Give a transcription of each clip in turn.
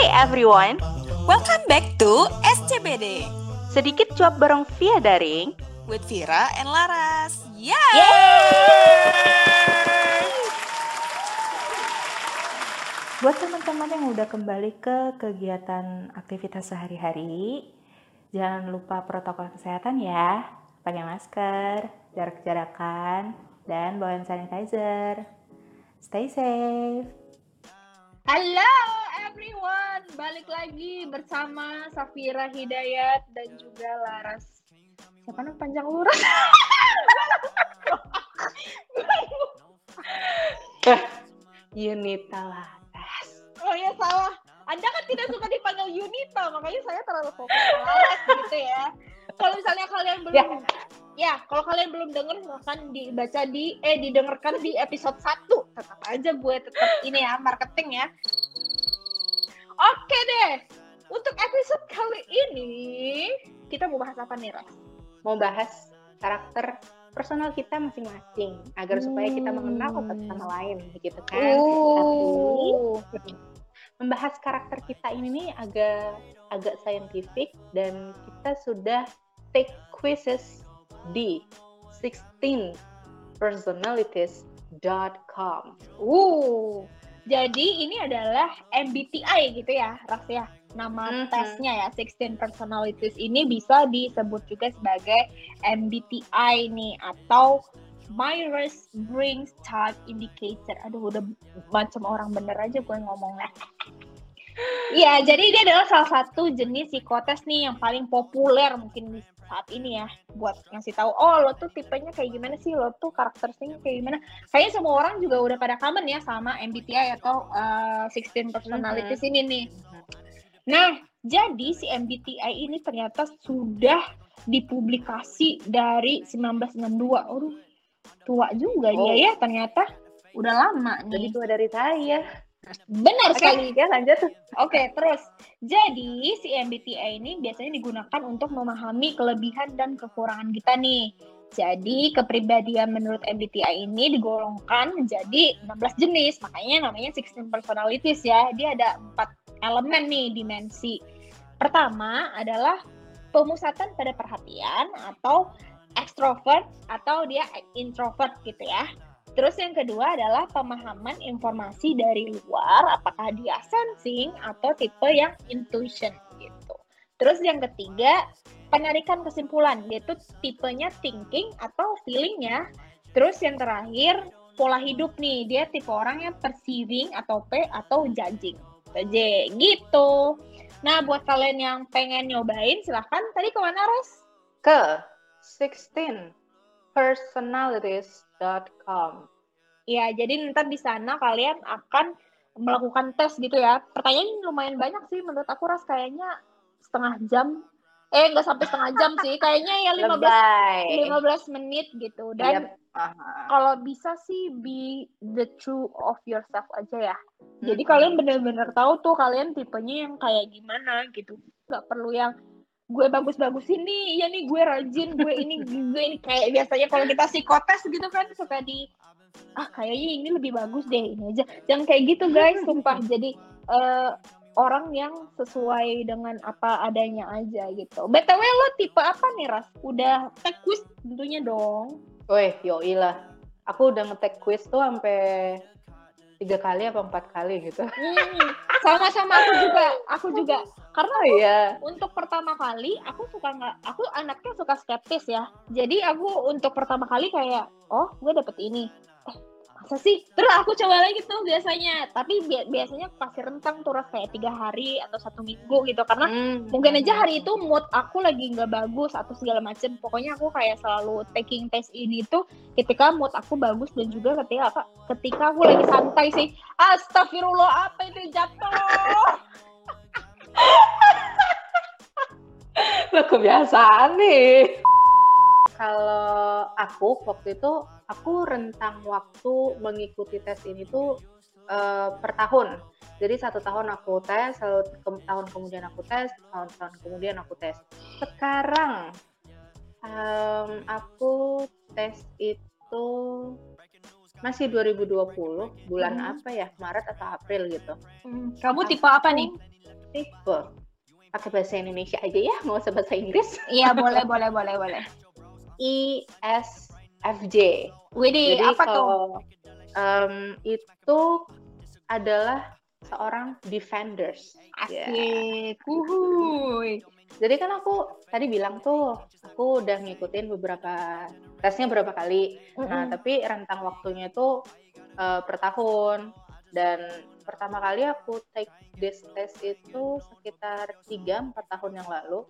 everyone, Welcome back to SCBD sedikit cuap bareng via daring. with Vira and Laras. Buat teman-teman yang udah kembali ke kegiatan aktivitas sehari-hari, jangan lupa protokol kesehatan ya. Pakai masker, jarak-jarakan, dan bawa hand sanitizer. Stay safe. Halo everyone, balik lagi bersama Safira Hidayat dan juga Laras. Siapa nama panjang Laras? Yunita Laras. Oh ya salah. Anda kan tidak suka dipanggil Yunita, makanya saya terlalu fokus ke Laras gitu ya. Kalau misalnya kalian belum kalau kalian belum dengar silahkan didengarkan di episode 1. Tetap aja gue tetap ini ya, marketing ya. Oke deh. Untuk episode kali ini kita mau bahas apa nih, Ras? Mau bahas karakter personal kita masing-masing agar supaya kita mengenal satu sama lain gitu kan. Tapi membahas karakter kita ini nih agak scientific dan kita sudah take quizzes di 16personalities.com. Jadi ini adalah MBTI gitu ya, Ras ya. Nama tesnya ya, 16 personalities ini bisa disebut juga sebagai MBTI nih atau Myers-Briggs Type Indicator. Aduh, udah macam orang bener aja gue ngomongnya. Iya, jadi ini adalah salah satu jenis psikotes nih yang paling populer mungkin di saat ini ya, buat ngasih tahu, oh lo tuh tipenya kayak gimana sih, lo tuh karakteristiknya kayak gimana. Kayaknya semua orang juga udah pada common ya sama MBTI atau 16 personalities ini nih. Nah, jadi si MBTI ini ternyata sudah dipublikasi dari 1962. Aduh, tua juga dia ya ternyata. Udah lama nih. Lebih tua dari saya. Benar sekali. Ya lanjut. Oke, terus. Jadi si MBTI ini biasanya digunakan untuk memahami kelebihan dan kekurangan kita nih. Jadi kepribadian menurut MBTI ini digolongkan menjadi 16 jenis. Makanya namanya 16 personalities ya. Dia ada 4 elemen nih dimensi. Pertama adalah pemusatan pada perhatian atau extrovert atau dia introvert gitu ya. Terus yang kedua adalah pemahaman informasi dari luar, apakah dia sensing atau tipe yang intuition gitu. Terus yang ketiga, penarikan kesimpulan, yaitu tipenya thinking atau feeling-nya. Terus yang terakhir, pola hidup nih, dia tipe orang yang perceiving atau P atau judging. J gitu. Nah, buat kalian yang pengen nyobain, silahkan. Tadi kemana, Ros? Ke 16personalities.com. Ya, jadi nanti di sana kalian akan melakukan tes gitu ya. Pertanyaan lumayan banyak sih menurut aku, Ras, kayaknya setengah jam. Nggak sampai setengah jam sih. Kayaknya ya 15 menit gitu. Dan kalau bisa sih be the true of yourself aja ya. Jadi kalian benar-benar tahu tuh kalian tipenya yang kayak gimana gitu. Nggak perlu yang gue bagus-bagusin nih, iya nih gue rajin, gue ini kayak biasanya kalau kita psikotes gitu kan suka kayaknya ini lebih bagus deh, ini aja. Jangan kayak gitu guys, sumpah. Jadi orang yang sesuai dengan apa adanya aja gitu. BTW lo tipe apa nih, Ras? Udah take quiz tentunya dong. Weh, yoi lah. Aku udah nge-take quiz tuh sampai 3 kali apa 4 kali gitu. Sama aku juga. Karena untuk pertama kali aku anaknya suka skeptis ya. Jadi aku untuk pertama kali kayak, oh gue dapet ini. Masa sih? Terus aku coba lagi tuh biasanya. Tapi biasanya kasih rentang tuh kayak 3 hari atau 1 minggu gitu. Karena mungkin aja hari itu mood aku lagi nggak bagus atau segala macem. Pokoknya aku kayak selalu taking test ini tuh ketika mood aku bagus dan juga ketika aku lagi santai sih. Astagfirullah, apa itu jatuh? Lo kebiasaan nih. Kalau aku waktu itu, aku rentang waktu mengikuti tes ini tuh per tahun. Jadi 1 tahun aku tes, tahun kemudian aku tes, tahun kemudian aku tes. Sekarang aku tes itu masih 2020, bulan apa ya, Maret atau April gitu. Kamu tipe apa nih? Tipe pakai bahasa Indonesia aja ya, nggak usah bahasa Inggris. Iya, boleh. ISFJ. Widih, Jadi apa tuh? kalau itu adalah seorang defenders. Asik. Uhuy. Jadi kan aku tadi bilang tuh, aku udah ngikutin tesnya berapa kali. Nah, tapi rentang waktunya itu per tahun. Dan pertama kali aku take this test itu sekitar 3-4 tahun yang lalu.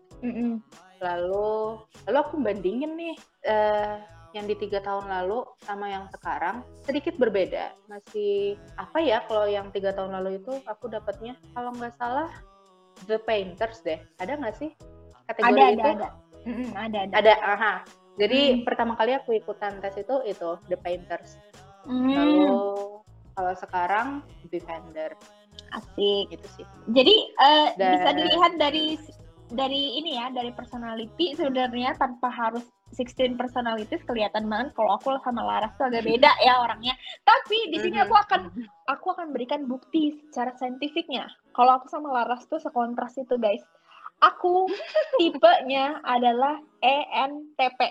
Lalu aku bandingin nih yang di 3 tahun lalu sama yang sekarang sedikit berbeda. Masih apa ya, kalau yang 3 tahun lalu itu aku dapatnya kalau nggak salah The Painters deh. Ada nggak sih kategori itu? Ada. Aha. Jadi pertama kali aku ikutan tes itu The Painters. Lalu kalau sekarang Defender. Asik. Gitu sih. Jadi bisa dilihat dari ini ya, dari personality sebenarnya tanpa harus 16 personalities kelihatan banget kalau aku sama Laras tuh agak beda ya orangnya. Tapi di sini aku akan berikan bukti secara saintifiknya. Kalau aku sama Laras tuh sekontras itu, guys. Aku tipenya adalah ENTP.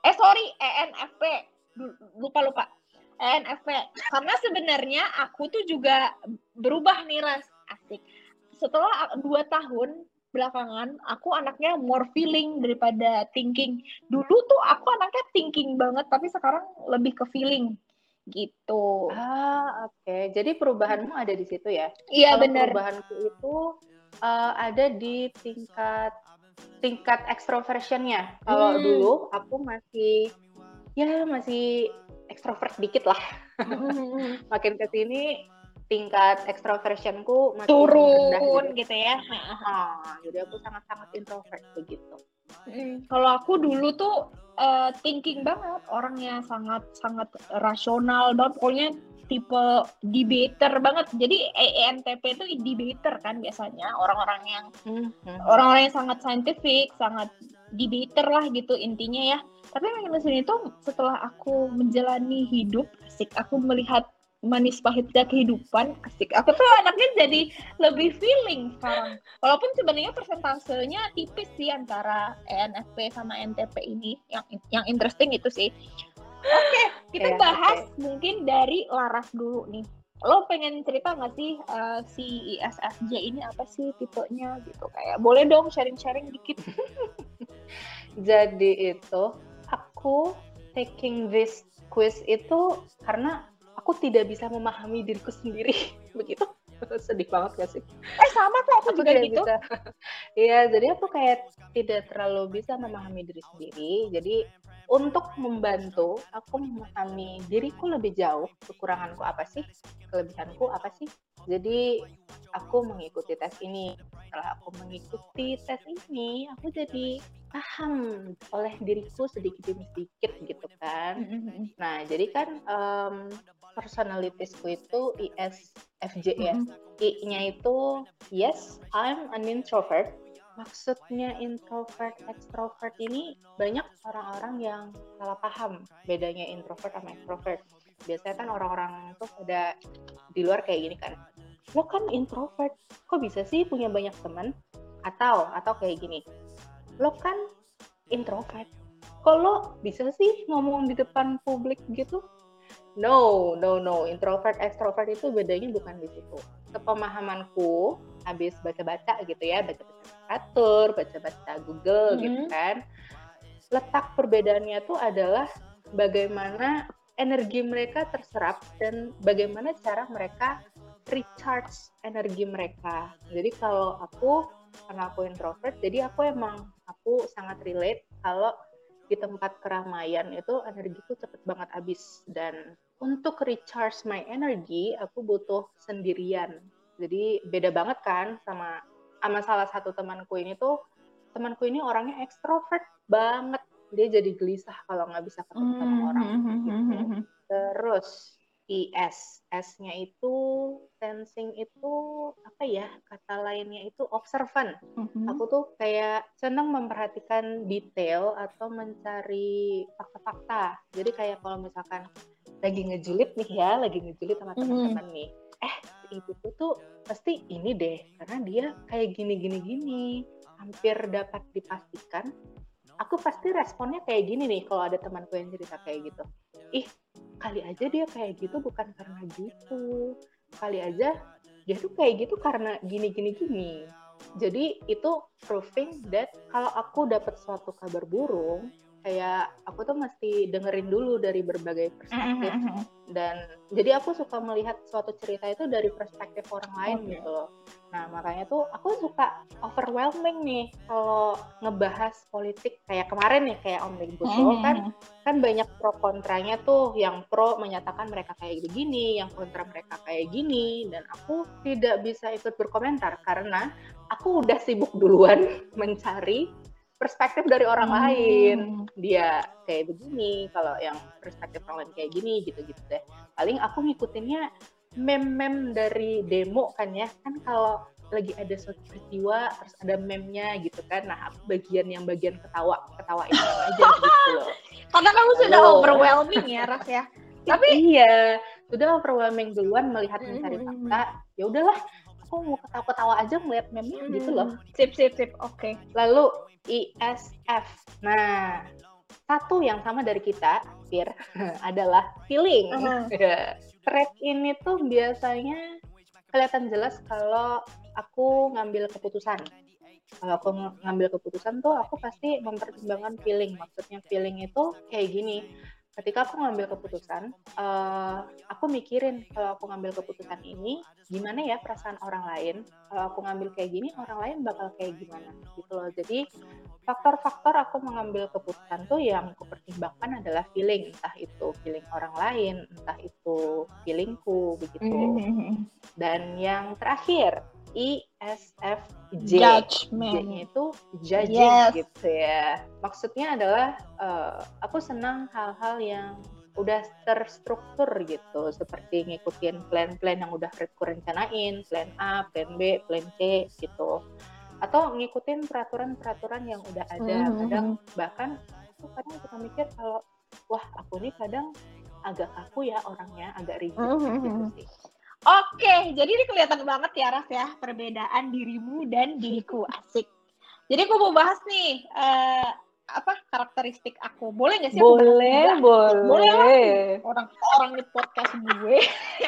ENFP. Lupa. ENFP. Karena sebenarnya aku tuh juga berubah nih, Ras. Asik. Setelah 2 tahun belakangan, aku anaknya more feeling daripada thinking. Dulu tuh aku anaknya thinking banget, tapi sekarang lebih ke feeling gitu. Oke. Jadi perubahanmu ada di situ ya? Iya, kalau benar. Perubahanku itu ada di tingkat extroversionnya. Kalau dulu aku masih extrovert dikit lah. Makin kesini tingkat extroversionku makin rendah turun gitu ya. Jadi aku sangat-sangat introvert begitu. Kalau aku dulu tuh thinking banget, orangnya sangat rasional banget, pokoknya tipe debater banget. Jadi ENTP itu debater kan biasanya, orang-orang yang sangat scientific, sangat debater lah gitu intinya ya. Tapi makin kesini tuh setelah aku menjalani hidup, asik, aku melihat manis pahitnya kehidupan, asik. Aku tuh anaknya jadi lebih feeling sekarang. Walaupun sebenarnya persentasenya tipis sih antara ENFP sama NTP ini. Yang interesting itu sih. Oke, kita bahas mungkin dari Laras dulu nih. Lo pengen cerita nggak sih si ISFJ ini apa sih tipenya gitu? Kayak boleh dong sharing-sharing dikit. Jadi itu aku taking this quiz itu karena aku tidak bisa memahami diriku sendiri. Begitu. Sedih banget gak sih? Sama kok, aku juga gitu. Iya, jadi aku kayak tidak terlalu bisa memahami diri sendiri. Jadi untuk membantu aku memahami diriku lebih jauh, kekuranganku apa sih, kelebihanku apa sih. Jadi aku mengikuti tes ini. Setelah aku mengikuti tes ini, aku jadi paham oleh diriku sedikit demi sedikit gitu kan. Nah, jadi kan personalitiesku itu ISFJ ya. I-nya itu yes, I'm an introvert. Maksudnya introvert, extrovert ini banyak orang-orang yang salah paham bedanya introvert sama extrovert. Biasanya kan orang-orang tuh pada di luar kayak gini kan, lo kan introvert, kok bisa sih punya banyak teman? Atau kayak gini, lo kan introvert, kok lo bisa sih ngomong di depan publik gitu? No. Introvert, extrovert itu bedanya bukan di situ. Kepemahamanku, habis baca-baca gitu ya, baca-baca literatur, baca-baca Google gitu kan. Letak perbedaannya tuh adalah bagaimana energi mereka terserap dan bagaimana cara mereka recharge energi mereka. Jadi kalau karena aku introvert, jadi aku sangat relate kalau di tempat keramaian itu energiku cepet banget habis, dan untuk recharge my energy aku butuh sendirian. Jadi beda banget kan sama salah satu temanku ini orangnya ekstrovert banget, dia jadi gelisah kalau nggak bisa ketemu sama orang gitu. Terus S-nya itu sensing itu apa ya, kata lainnya itu observant. Aku tuh kayak senang memperhatikan detail atau mencari fakta-fakta. Jadi kayak kalau misalkan lagi ngejulit nih ya, lagi ngejulit sama teman-teman nih. Itu tuh pasti ini deh, karena dia kayak gini. Hampir dapat dipastikan, aku pasti responnya kayak gini nih kalau ada temanku yang cerita kayak gitu. Kali aja dia kayak gitu bukan karena gitu. Kali aja dia tuh kayak gitu karena gini. Jadi itu proving that kalau aku dapat suatu kabar burung, kayak aku tuh mesti dengerin dulu dari berbagai perspektif. Dan jadi aku suka melihat suatu cerita itu dari perspektif orang lain gitu loh. Nah makanya tuh aku suka overwhelming nih kalau ngebahas politik kayak kemarin nih, kayak Omnibus Law kan banyak pro kontranya tuh. Yang pro menyatakan mereka kayak begini, yang kontra mereka kayak gini, dan aku tidak bisa ikut berkomentar karena aku udah sibuk duluan mencari perspektif dari orang lain. Dia kayak begini, kalau yang perspektif orang lain kayak gini, gitu-gitu deh. Paling aku ngikutinnya meme dari demo kan ya, kan kalau lagi ada suatu peristiwa terus ada meme-nya gitu kan. Nah, aku bagian ketawain aja gitu loh. Karena kamu sudah overwhelming ya, Ras ya. Tapi iya, sudah overwhelming duluan melihat mencari fakta. Ya udahlah, aku mau ketawa-ketawa aja melihat meme-nya gitu loh. Sip. Oke. Lalu ISF. Nah, satu yang sama dari kita, Fir, adalah feeling. Track ini tuh biasanya kelihatan jelas kalau aku ngambil keputusan. Kalau aku ngambil keputusan tuh aku pasti mempertimbangkan feeling. Maksudnya feeling itu kayak gini. Ketika aku ngambil keputusan, aku mikirin kalau aku ngambil keputusan ini, gimana ya perasaan orang lain. Kalau aku ngambil kayak gini, orang lain bakal kayak gimana gitu loh. Jadi faktor-faktor aku mengambil keputusan tuh yang aku pertimbangkan adalah feeling. Entah itu feeling orang lain, entah itu feelingku begitu. Dan yang terakhir, ISFJ. J-nya itu judging gitu ya. Maksudnya adalah aku senang hal-hal yang udah terstruktur gitu, seperti ngikutin plan-plan yang udah aku rencanain, plan A, plan B, plan C gitu. Atau ngikutin peraturan-peraturan yang udah ada. Kadang bahkan aku kadang suka mikir kalau wah aku nih kadang agak kaku ya orangnya, agak rigid gitu sih. Oke, jadi ini kelihatan banget ya Ras ya, perbedaan dirimu dan diriku. Asik. Jadi aku mau bahas nih, karakteristik aku. Boleh nggak sih aku bahas? Boleh. Orang di podcast gue.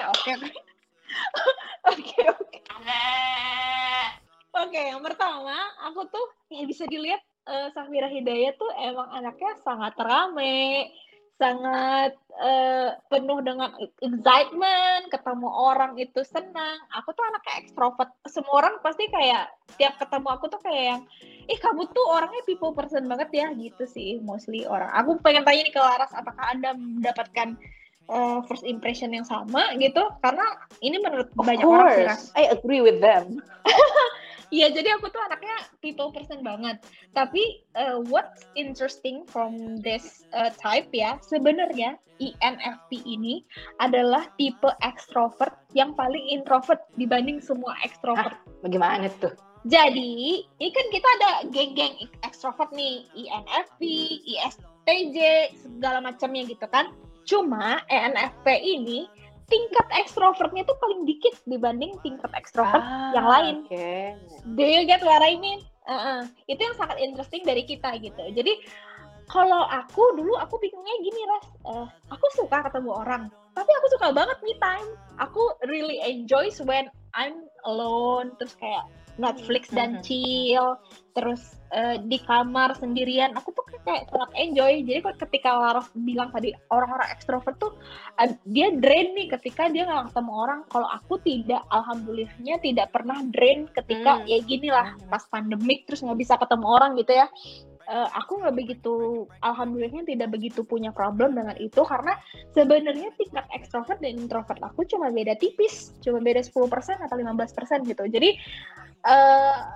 Oke, yang pertama, aku tuh bisa dilihat Safira Hidayat tuh emang anaknya sangat rame, sangat penuh dengan excitement, ketemu orang itu senang. Aku tuh anaknya ekstrovert. Semua orang pasti kayak tiap ketemu aku tuh kayak yang, kamu tuh orangnya people person banget ya, gitu sih mostly orang. Aku pengen tanya nih ke Laras, apakah Anda mendapatkan first impression yang sama gitu? Karena ini menurut banyak orang sih, Ras. I agree with them. Iya, jadi aku tuh anaknya people person banget. Tapi what's interesting from this type ya, sebenarnya INFP ini adalah tipe extrovert yang paling introvert dibanding semua extrovert. Bagaimana tuh? Jadi, ini kan kita ada geng-geng extrovert nih, INFP, ISTJ, segala macamnya gitu kan. Cuma ENFP ini tingkat ekstrovertnya tuh paling dikit dibanding tingkat ekstrovert yang lain. Okay. Do you get what I mean? Itu yang sangat interesting dari kita gitu. Jadi kalau dulu aku bingungnya gini Ras, aku suka ketemu orang, tapi aku suka banget me time. Aku really enjoy when I'm alone, terus kayak Netflix dan chill, terus di kamar sendirian. Aku tuh kayak sangat enjoy. Jadi ketika Laras bilang tadi orang-orang ekstrovert tuh dia drain nih ketika dia nggak ketemu orang. Kalau aku tidak, alhamdulillahnya tidak pernah drain ketika ya gini lah pas pandemik terus nggak bisa ketemu orang gitu ya. Aku nggak begitu, alhamdulillahnya tidak begitu punya problem dengan itu, karena sebenarnya tingkat ekstrovert dan introvert aku cuma beda tipis, cuma beda 10% atau 15% gitu. Jadi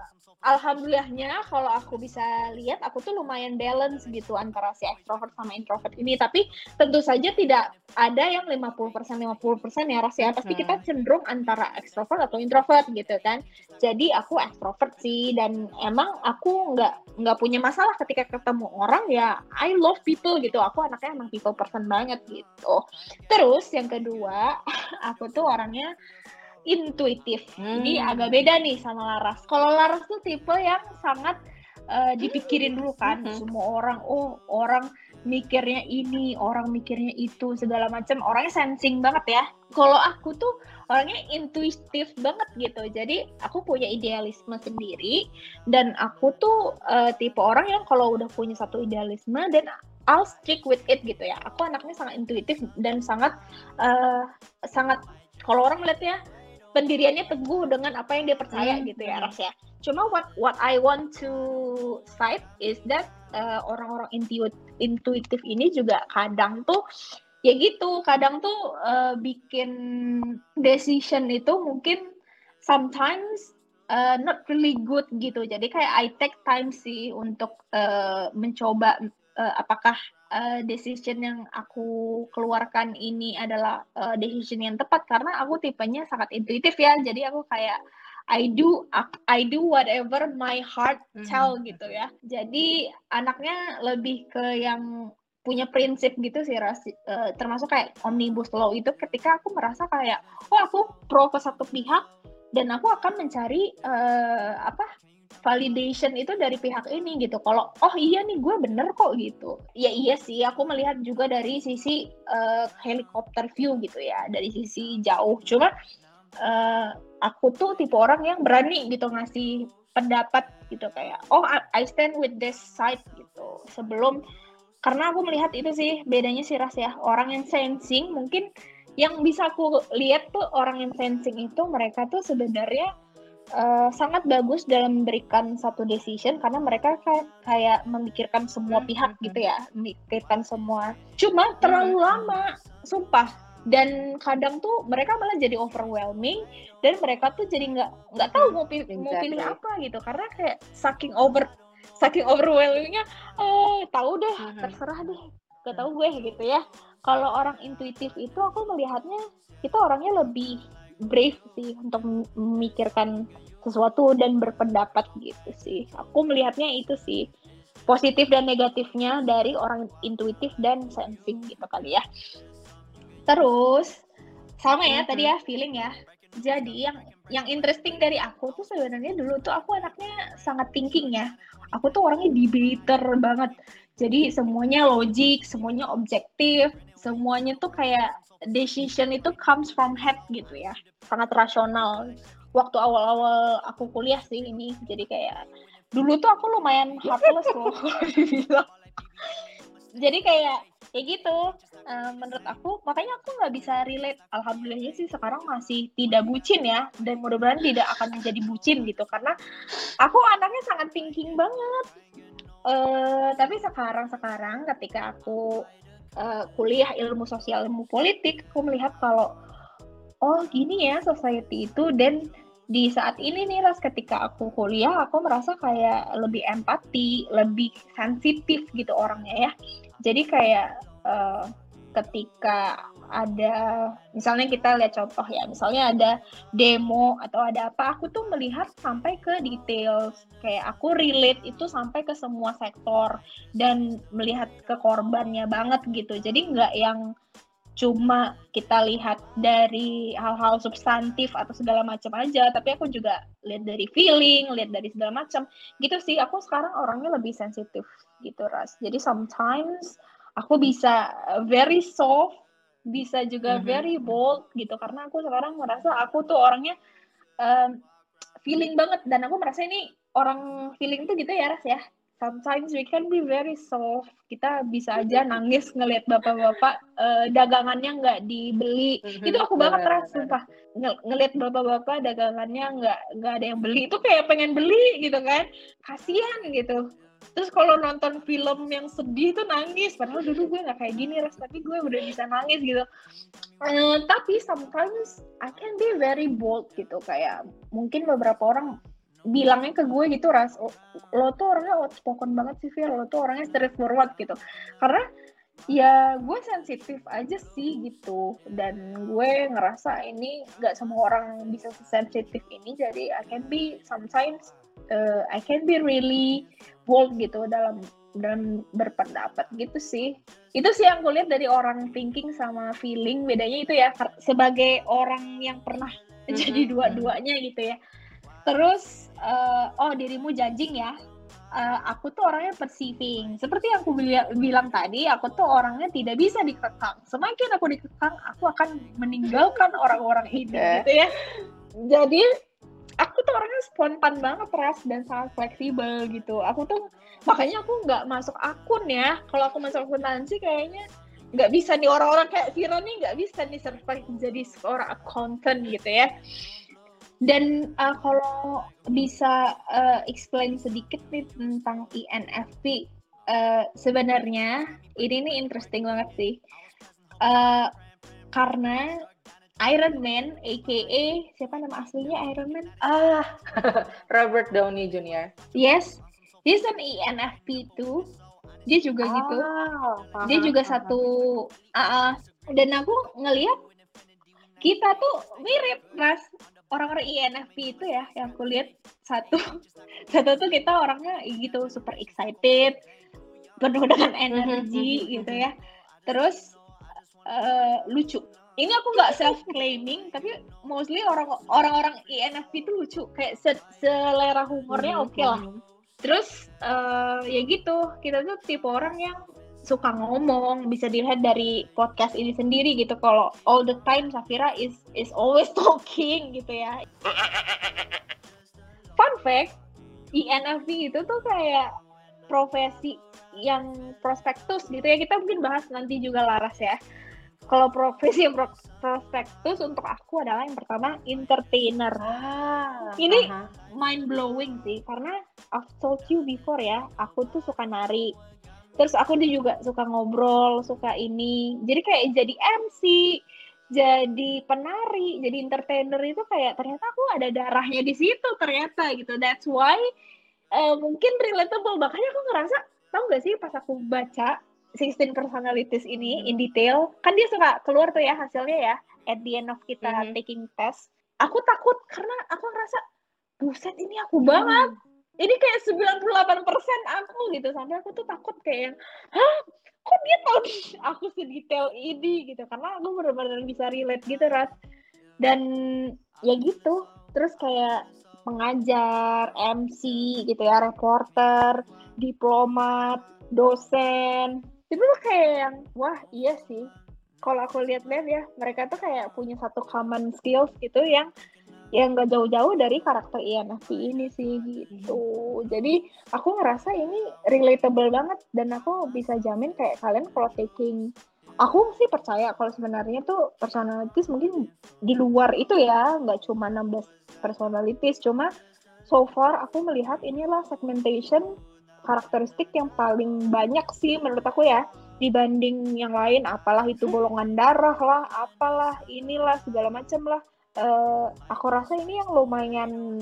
alhamdulillahnya kalau aku bisa lihat aku tuh lumayan balance gitu antara si extrovert sama introvert ini, tapi tentu saja tidak ada yang 50% ya Ras ya. Pasti kita cenderung antara extrovert atau introvert gitu kan. Jadi aku extrovert sih, dan emang aku nggak punya masalah ketika ketemu orang ya. I love people gitu. Aku anaknya emang people person banget gitu. Terus yang kedua, aku tuh orangnya intuitif. Jadi agak beda nih sama Laras. Kalau Laras tuh tipe yang sangat dipikirin dulu kan. Semua orang, orang mikirnya ini, orang mikirnya itu, segala macam. Orangnya sensing banget ya. Kalau aku tuh orangnya intuitif banget gitu. Jadi aku punya idealisme sendiri, dan aku tuh tipe orang yang kalau udah punya satu idealisme dan I'll stick with it gitu ya. Aku anaknya sangat intuitif dan sangat kalau orang melihat ya, pendiriannya teguh dengan apa yang dia percaya gitu ya Ras ya. Cuma what I want to cite is that orang-orang intuitif ini juga kadang tuh ya gitu, kadang tuh bikin decision itu mungkin sometimes not really good gitu. Jadi kayak I take time sih untuk mencoba apakah decision yang aku keluarkan ini adalah decision yang tepat, karena aku tipenya sangat intuitif ya. Jadi aku kayak I do whatever my heart tell gitu ya. Jadi anaknya lebih ke yang punya prinsip gitu sih Ras. Termasuk kayak omnibus law itu, ketika aku merasa kayak aku pro ke satu pihak dan aku akan mencari validation itu dari pihak ini gitu. Kalau iya nih gue bener kok gitu. Ya iya sih, aku melihat juga dari sisi helikopter view gitu ya, dari sisi jauh. Cuma aku tuh tipe orang yang berani gitu ngasih pendapat gitu, kayak I stand with this side gitu. Karena aku melihat itu sih bedanya sih Ras ya. Orang yang sensing mungkin yang bisa aku lihat tuh, orang yang sensing itu mereka tuh sebenarnya sangat bagus dalam memberikan satu decision, karena mereka kayak memikirkan semua pihak gitu ya, memikirkan semua. Cuma terlalu lama, sumpah. Dan kadang tuh mereka malah jadi overwhelming, dan mereka tuh jadi nggak tahu mau pilih apa gitu, karena kayak saking overwhelmingnya, tahu deh, terserah deh, gak tahu gue gitu ya. Kalau orang intuitif itu aku melihatnya itu orangnya lebih brave sih untuk memikirkan sesuatu dan berpendapat gitu sih. Aku melihatnya itu sih positif dan negatifnya dari orang intuitif dan sensing gitu kali ya. Terus sama ya tadi ya, feeling ya. Jadi yang interesting dari aku tuh sebenarnya dulu tuh aku anaknya sangat thinking ya. Aku tuh orangnya debater banget. Jadi semuanya logik, semuanya objektif, semuanya tuh kayak decision itu comes from head gitu ya. Sangat rasional. Waktu awal-awal aku kuliah sih ini. Jadi kayak dulu tuh aku lumayan heartless loh kalau dibilang. Jadi kayak gitu, menurut aku, makanya aku nggak bisa relate. Alhamdulillahnya sih sekarang masih tidak bucin ya, dan mudah-mudahan tidak akan menjadi bucin gitu, karena aku anaknya sangat thinking banget. Tapi sekarang ketika aku kuliah ilmu sosial, ilmu politik, aku melihat kalau gini ya society itu. Dan di saat ini nih Ras, ketika aku kuliah, aku merasa kayak lebih empati, lebih sensitif gitu orangnya ya. Jadi kayak ketika ada, misalnya kita lihat contoh ya, misalnya ada demo atau ada apa, aku tuh melihat sampai ke details, kayak aku relate itu sampai ke semua sektor dan melihat ke korbannya banget gitu. Jadi nggak yang cuma kita lihat dari hal-hal substantif atau segala macam aja, tapi aku juga lihat dari feeling, lihat dari segala macam gitu sih. Aku sekarang orangnya lebih sensitif gitu Ras. Jadi sometimes aku bisa very soft, bisa juga very bold gitu, karena aku sekarang merasa aku tuh orangnya feeling banget, dan aku merasa ini orang feeling tuh gitu ya Ras ya. Sometimes we can be very soft. Kita bisa aja nangis ngelihat bapak-bapak dagangannya nggak dibeli. Itu aku banget Ras, sumpah. Ngelihat bapak-bapak dagangannya nggak ada yang beli, itu kayak pengen beli gitu kan. Kasian gitu. Terus kalau nonton film yang sedih tuh nangis. Padahal dulu gue nggak kayak gini Ras, tapi gue udah bisa nangis gitu. Tapi sometimes I can be very bold gitu. Kayak mungkin beberapa orang bilangnya ke gue gitu, Ras, lo tuh orangnya outspoken banget sih, Fir, lo tuh orangnya straightforward gitu. Karena ya gue sensitif aja sih gitu, dan gue ngerasa ini nggak semua orang bisa sensitif ini, jadi I can be sometimes I can be really bold gitu dalam berpendapat gitu sih. Itu sih yang gue lihat dari orang thinking sama feeling, bedanya itu ya, sebagai orang yang pernah jadi dua-duanya gitu ya. Terus dirimu judging ya. Aku tuh orangnya perceiving. Seperti yang aku bilang tadi, aku tuh orangnya tidak bisa dikekang. Semakin aku dikekang, aku akan meninggalkan orang-orang ini gitu ya. Jadi aku tuh orangnya spontan banget, Ras, dan sangat fleksibel gitu. Makanya aku nggak masuk akun ya. Kalau aku masuk akuntansi kayaknya nggak bisa nih, orang-orang kayak Vira nih nggak bisa nih survive jadi seorang accountant gitu ya. Dan kalau bisa explain sedikit nih tentang INFP, sebenarnya ini nih interesting banget sih. Karena Iron Man, aka siapa nama aslinya Iron Man? Robert Downey Jr. Yes, he's an INFP too. Dia juga gitu. Dia juga satu. Dan aku ngelihat kita tuh mirip, Ras. Orang-orang INFP itu ya, yang aku lihat satu tuh kita orangnya gitu, super excited, penuh dengan energi gitu ya. Terus lucu. Ini aku nggak self claiming, tapi mostly orang-orang INFP itu lucu, kayak selera humornya oke lah. Terus ya gitu, kita tuh tipe orang yang suka ngomong, bisa dilihat dari podcast ini sendiri gitu. Kalau all the time Safira is always talking gitu ya. Fun fact, INFP itu tuh kayak profesi yang prospektus gitu ya. Kita mungkin bahas nanti juga, Laras ya. Kalau profesi yang prospektus untuk aku adalah yang pertama entertainer. Ini mind blowing sih, karena I've told you before ya, aku tuh suka nari. Terus aku juga suka ngobrol, suka ini. Jadi kayak jadi MC, jadi penari, jadi entertainer itu kayak ternyata aku ada darahnya di situ ternyata gitu. That's why mungkin relatable. Makanya aku ngerasa, tau gak sih pas aku baca 16 personalities ini in detail, kan dia suka keluar tuh ya hasilnya ya, at the end of kita taking test. Aku takut karena aku ngerasa, buset ini aku banget. Ini kayak 98% aku gitu, sampai aku tuh takut kayak, kok dia tahu aku sedetail ini gitu, karena aku benar-benar bisa relate gitu, Ras. Dan ya gitu, terus kayak pengajar, MC gitu ya, reporter, diplomat, dosen, itu tuh kayak yang, wah iya sih, kalau aku lihat-lihat ya, mereka tuh kayak punya satu common skills gitu yang nggak jauh-jauh dari karakter INFP ini sih gitu. Jadi aku ngerasa ini relatable banget, dan aku bisa jamin kayak kalian kalau taking, aku sih percaya kalau sebenarnya tuh personalities mungkin di luar itu ya, nggak cuma 16 personalities, cuma so far aku melihat inilah segmentation karakteristik yang paling banyak sih menurut aku ya, dibanding yang lain, apalah itu golongan darah lah, apalah inilah segala macam lah. Aku rasa ini yang lumayan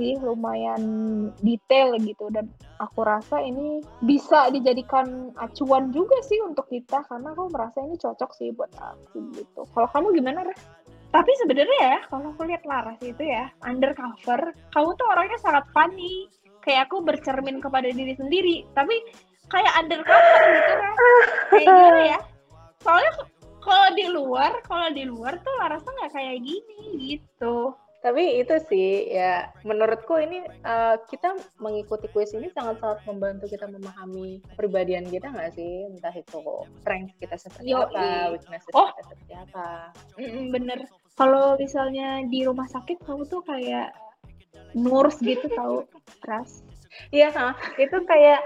detail gitu, dan aku rasa ini bisa dijadikan acuan juga sih untuk kita, karena aku merasa ini cocok sih buat aku gitu. Kalau kamu gimana, Ras? Tapi sebenarnya ya, kalau aku lihat Laras itu ya, undercover, kamu tuh orangnya sangat funny. Kayak aku bercermin kepada diri sendiri, tapi kayak undercover gitu, Ras. Kayak gimana ya? Soalnya kalau di luar tuh Larasnya nggak kayak gini gitu. Tapi itu sih ya, menurutku ini kita mengikuti kuis ini sangat-sangat membantu kita memahami kepribadian kita nggak sih, entah itu strength kita seperti apa, weakness kita seperti apa. Bener. Kalau misalnya di rumah sakit kamu tuh kayak nurse gitu tahu, Ras. Iya, itu kayak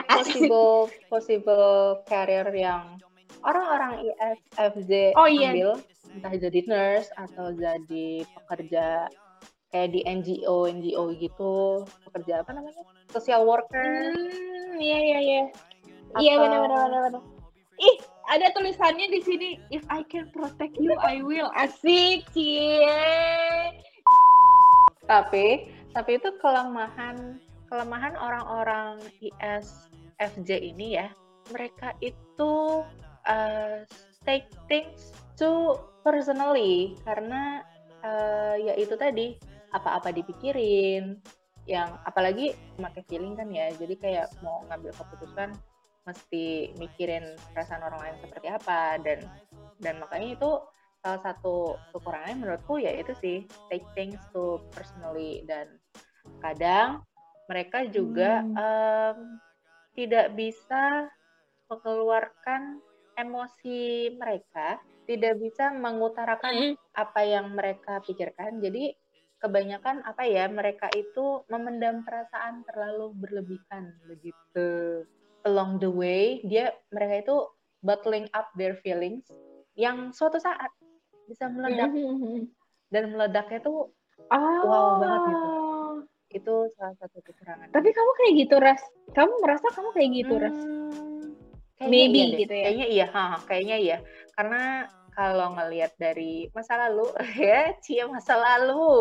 possible career yang orang-orang ISFJ ambil, entah jadi nurse atau jadi pekerja kayak di NGO gitu, pekerja apa namanya, social worker. Iya benar. Ih, ada tulisannya di sini, if I can protect you I will. Asik, cie. Tapi Tapi itu kelemahan orang-orang ISFJ ini ya, mereka itu take things too personally karena ya itu tadi apa-apa dipikirin, yang apalagi pakai feeling kan ya, jadi kayak mau ngambil keputusan mesti mikirin perasaan orang lain seperti apa, dan makanya itu salah satu kekurangannya menurutku ya itu sih, take things too personally, dan kadang mereka juga tidak bisa mengeluarkan emosi mereka, tidak bisa mengutarakan apa yang mereka pikirkan. Jadi kebanyakan mereka itu memendam perasaan terlalu berlebihan begitu. Along the way mereka itu bottling up their feelings yang suatu saat bisa meledak, dan meledaknya tuh wow banget gitu. Itu salah satu kekurangan. Tapi kamu kayak gitu, Ras? Kamu merasa kamu kayak gitu, Ras? Maybe Iya gitu ya? Kayaknya iya. Karena kalau ngelihat dari masa lalu, masa lalu.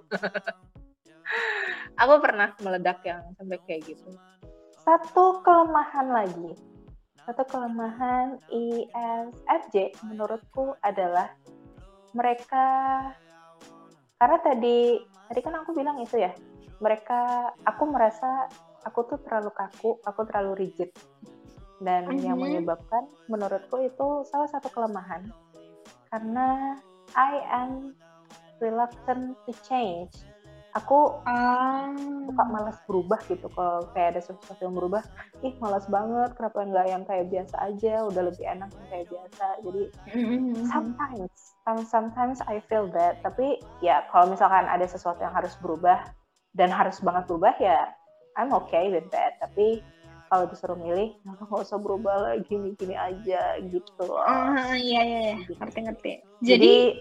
Aku pernah meledak yang sampai kayak gitu. Satu kelemahan ISFJ menurutku adalah mereka, karena tadi kan aku bilang itu ya, aku merasa aku tuh terlalu kaku, aku terlalu rigid, dan yang menyebabkan menurutku itu salah satu kelemahan, karena I am reluctant to change. Aku suka malas berubah gitu. Kalau kayak ada sesuatu yang berubah, malas banget, kenapa nggak yang kayak biasa aja, udah lebih enak yang kayak biasa. Jadi sometimes I feel that. Tapi ya kalau misalkan ada sesuatu yang harus berubah dan harus banget berubah, ya I'm okay with that. Tapi kalau disuruh milih, nggak usah berubah lagi, gini aja gitu. Iya, ngerti. Jadi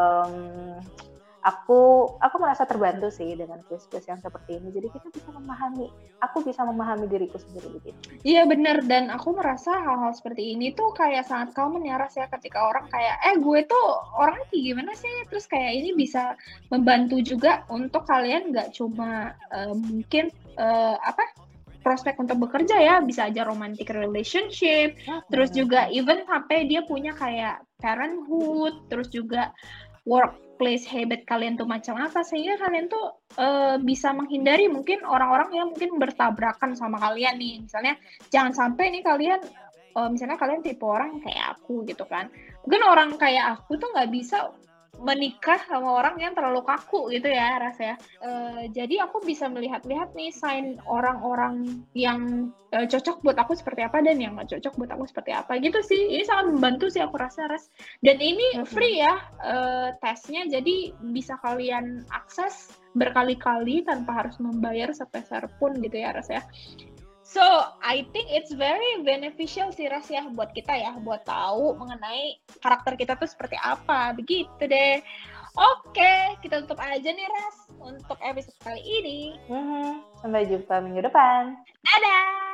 aku merasa terbantu sih dengan kuis-kuis yang seperti ini. Jadi aku bisa memahami diriku sendiri begitu. Iya benar, dan aku merasa hal-hal seperti ini tuh kayak sangat common ya, Ras, ya, ketika orang kayak gue tuh orangnya kayak gimana sih, terus kayak ini bisa membantu juga untuk kalian nggak cuma mungkin prospek untuk bekerja ya, bisa aja romantic relationship, terus juga even sampai dia punya kayak parenthood, terus juga workplace habit kalian tuh macam apa, sehingga kalian tuh bisa menghindari mungkin orang-orang yang mungkin bertabrakan sama kalian nih. Misalnya jangan sampai nih kalian misalnya kalian tipe orang kayak aku gitu kan, mungkin orang kayak aku tuh nggak bisa menikah sama orang yang terlalu kaku gitu ya, Ras ya. Jadi aku bisa melihat-lihat nih sign orang-orang yang cocok buat aku seperti apa dan yang nggak cocok buat aku seperti apa gitu sih. Ini sangat membantu sih aku rasa, Ras. Dan ini free ya tesnya, jadi bisa kalian akses berkali-kali tanpa harus membayar sepeser pun gitu ya, Ras ya. So, I think it's very beneficial sih, Ras, ya, buat kita ya, buat tahu mengenai karakter kita tuh seperti apa, begitu deh. Oke, kita tutup aja nih, Ras, untuk episode kali ini. Sampai jumpa minggu depan. Dadah!